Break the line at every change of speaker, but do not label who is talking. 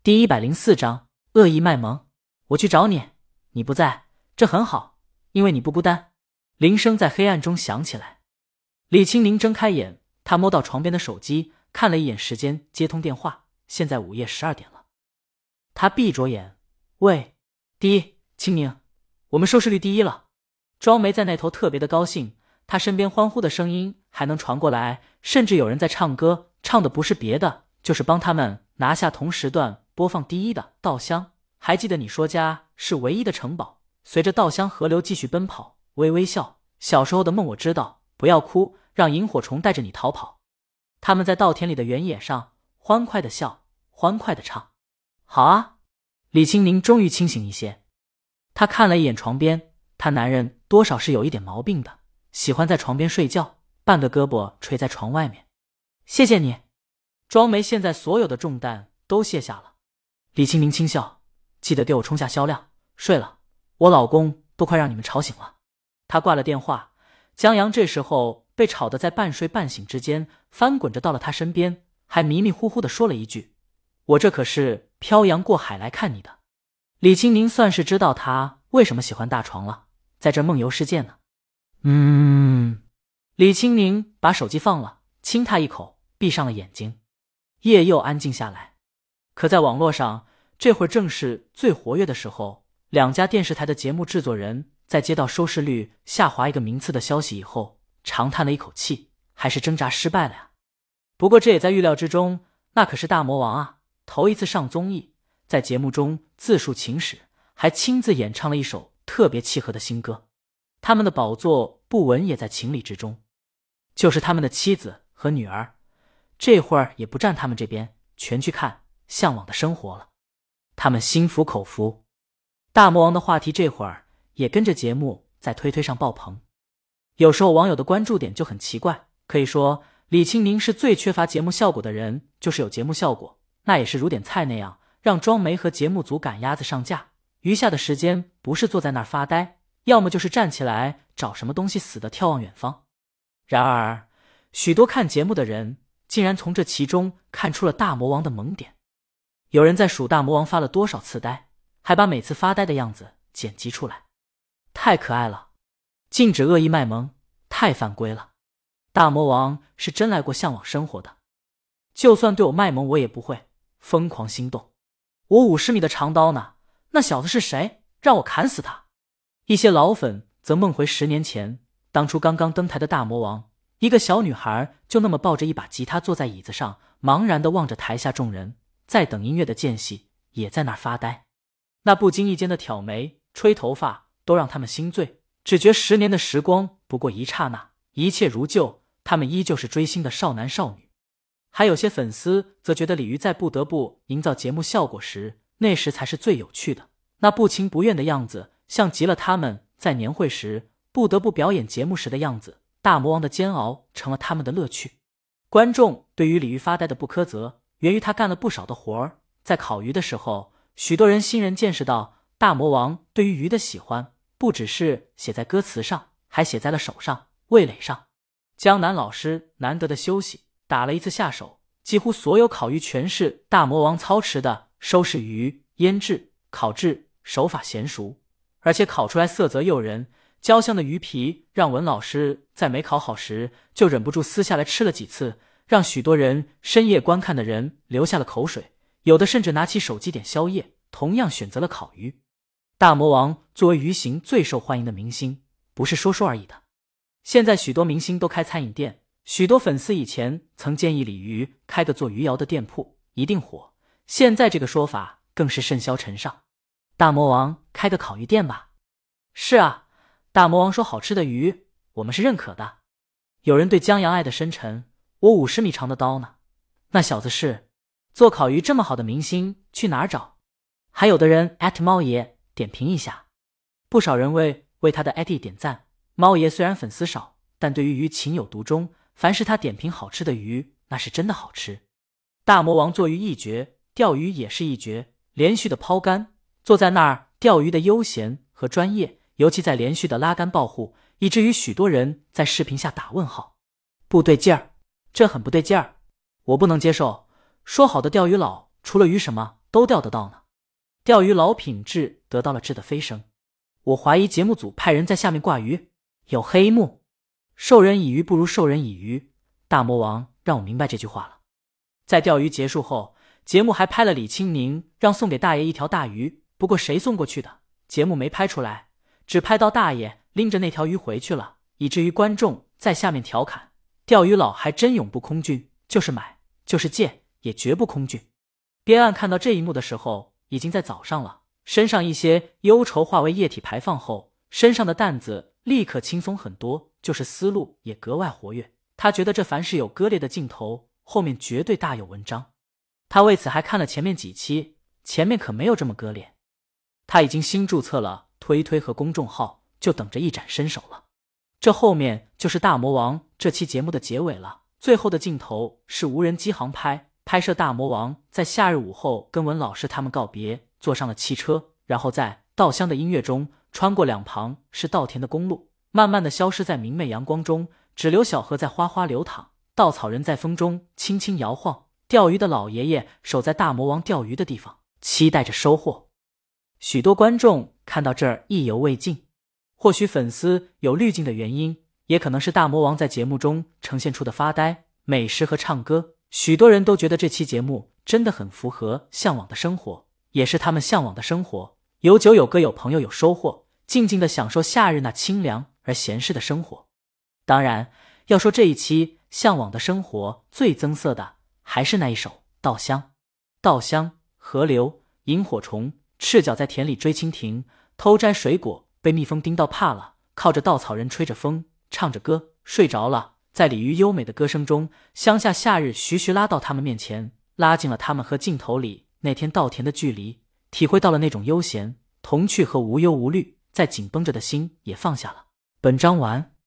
第104章恶意卖萌。我去找你，你不在，这很好，因为你不孤单。铃声在黑暗中响起来。李青宁睁开眼，他摸到床边的手机，看了一眼时间，接通电话，现在午夜12点了。他闭着眼，喂，第一，青宁，我们收视率第1了。庄梅在那头特别的高兴，他身边欢呼的声音还能传过来，甚至有人在唱歌，唱的不是别的，就是帮他们拿下同时段播放第1的稻香。还记得你说家是唯一的城堡，随着稻香河流继续奔跑，微微笑，小时候的梦我知道，不要哭，让萤火虫带着你逃跑。他们在稻田里的原野上欢快的笑，欢快的唱。好啊，李青宁终于清醒一些。他看了一眼床边，他男人多少是有一点毛病的，喜欢在床边睡觉，半个胳膊垂在床外面。谢谢你。庄梅现在所有的重担都卸下了。李青宁轻笑，记得给我冲下销量，睡了，我老公都快让你们吵醒了。他挂了电话，江阳这时候被吵得在半睡半醒之间翻滚着到了他身边，还迷迷糊糊地说了一句，我这可是漂洋过海来看你的。李青宁算是知道他为什么喜欢大床了，在这梦游世界呢。李青宁把手机放了，亲他一口，闭上了眼睛。夜又安静下来。可在网络上，这会儿正是最活跃的时候，两家电视台的节目制作人在接到收视率下滑一个名次的消息以后，长叹了一口气，还是挣扎失败了呀。不过这也在预料之中，那可是大魔王啊，头一次上综艺，在节目中自述情史，还亲自演唱了一首特别契合的新歌。他们的宝座不稳也在情理之中，就是他们的妻子和女儿，这会儿也不站他们这边，全去看向往的生活了。他们心服口服。大魔王的话题这会儿也跟着节目在推上爆棚。有时候网友的关注点就很奇怪，可以说李青宁是最缺乏节目效果的人，就是有节目效果，那也是如点菜那样，让庄梅和节目组赶鸭子上架，余下的时间不是坐在那儿发呆，要么就是站起来找什么东西死的眺望远方。然而许多看节目的人竟然从这其中看出了大魔王的萌点。有人在数大魔王发了多少次呆，还把每次发呆的样子剪辑出来。太可爱了，禁止恶意卖萌，太犯规了。大魔王是真来过向往生活的，就算对我卖萌我也不会疯狂心动。我50米的长刀呢，那小子是谁？让我砍死他。一些老粉则梦回10年前，当初刚刚登台的大魔王，一个小女孩就那么抱着一把吉他坐在椅子上，茫然地望着台下众人，在等音乐的间隙也在那儿发呆。那不经意间的挑眉吹头发都让他们心醉，只觉10年的时光不过一刹那，一切如旧，他们依旧是追星的少男少女。还有些粉丝则觉得李鱼在不得不营造节目效果时，那时才是最有趣的，那不情不愿的样子像极了他们在年会时不得不表演节目时的样子。大魔王的煎熬成了他们的乐趣。观众对于李鱼发呆的不苛责，源于他干了不少的活儿。在烤鱼的时候，许多人新人见识到大魔王对于鱼的喜欢不只是写在歌词上，还写在了手上、味蕾上。江南老师难得的休息，打了一次下手，几乎所有烤鱼全是大魔王操持的，收拾鱼、腌制、烤制，手法娴熟，而且烤出来色泽诱人。焦香的鱼皮让文老师在没烤好时就忍不住撕下来吃了几次，让许多人深夜观看的人流下了口水，有的甚至拿起手机点宵夜，同样选择了烤鱼。大魔王作为鱼形最受欢迎的明星，不是说说而已的。现在许多明星都开餐饮店，许多粉丝以前曾建议李鱼开个做鱼窑的店铺，一定火，现在这个说法更是甚嚣尘上。大魔王开个烤鱼店吧？是啊，大魔王说好吃的鱼我们是认可的。有人对江阳爱的深沉，我50米长的刀呢？那小子是做烤鱼这么好的明星去哪儿找？还有的人猫爷点评一下，不少人为他的 ID 点赞。猫爷虽然粉丝少，但对于鱼情有独钟，凡是他点评好吃的鱼，那是真的好吃。大魔王做鱼一绝，钓鱼也是一绝，连续的抛竿，坐在那儿钓鱼的悠闲和专业，尤其在连续的拉杆保护，以至于许多人在视频下打问号。不对劲儿，这很不对劲儿，我不能接受。说好的钓鱼佬除了鱼什么都钓得到呢。钓鱼老品质得到了质的飞升。我怀疑节目组派人在下面挂鱼，有黑幕。授人以鱼不如授人以渔，大魔王让我明白这句话了。在钓鱼结束后，节目还拍了李青宁让送给大爷一条大鱼，不过谁送过去的，节目没拍出来，只拍到大爷拎着那条鱼回去了，以至于观众在下面调侃，钓鱼佬还真永不空军，就是买就是借也绝不空军。边岸看到这一幕的时候已经在早上了，身上一些忧愁化为液体排放后，身上的担子立刻轻松很多，就是思路也格外活跃。他觉得这凡是有割裂的镜头，后面绝对大有文章。他为此还看了前面几期，前面可没有这么割裂。他已经新注册了推推和公众号，就等着一展身手了。这后面就是大魔王这期节目的结尾了，最后的镜头是无人机航拍摄大魔王在夏日午后跟文老师他们告别，坐上了汽车，然后在稻香的音乐中穿过两旁是稻田的公路，慢慢的消失在明媚阳光中，只留小河在哗哗流淌，稻草人在风中轻轻摇晃，钓鱼的老爷爷守在大魔王钓鱼的地方，期待着收获。许多观众看到这儿意犹未尽，或许粉丝有滤镜的原因，也可能是大魔王在节目中呈现出的发呆、美食和唱歌，许多人都觉得这期节目真的很符合向往的生活，也是他们向往的生活，有酒有歌有朋友有收获，静静地享受夏日那清凉而闲适的生活。当然要说这一期向往的生活最增色的还是那一首《稻香》。稻香、河流、萤火虫，赤脚在田里追蜻蜓，偷摘水果被蜜蜂叮到怕了，靠着稻草人吹着风，唱着歌睡着了。在鲤鱼优美的歌声中，乡下夏日徐徐拉到他们面前，拉近了他们和镜头里那天稻田的距离，体会到了那种悠闲、童趣和无忧无虑，在紧绷着的心也放下了。本章完。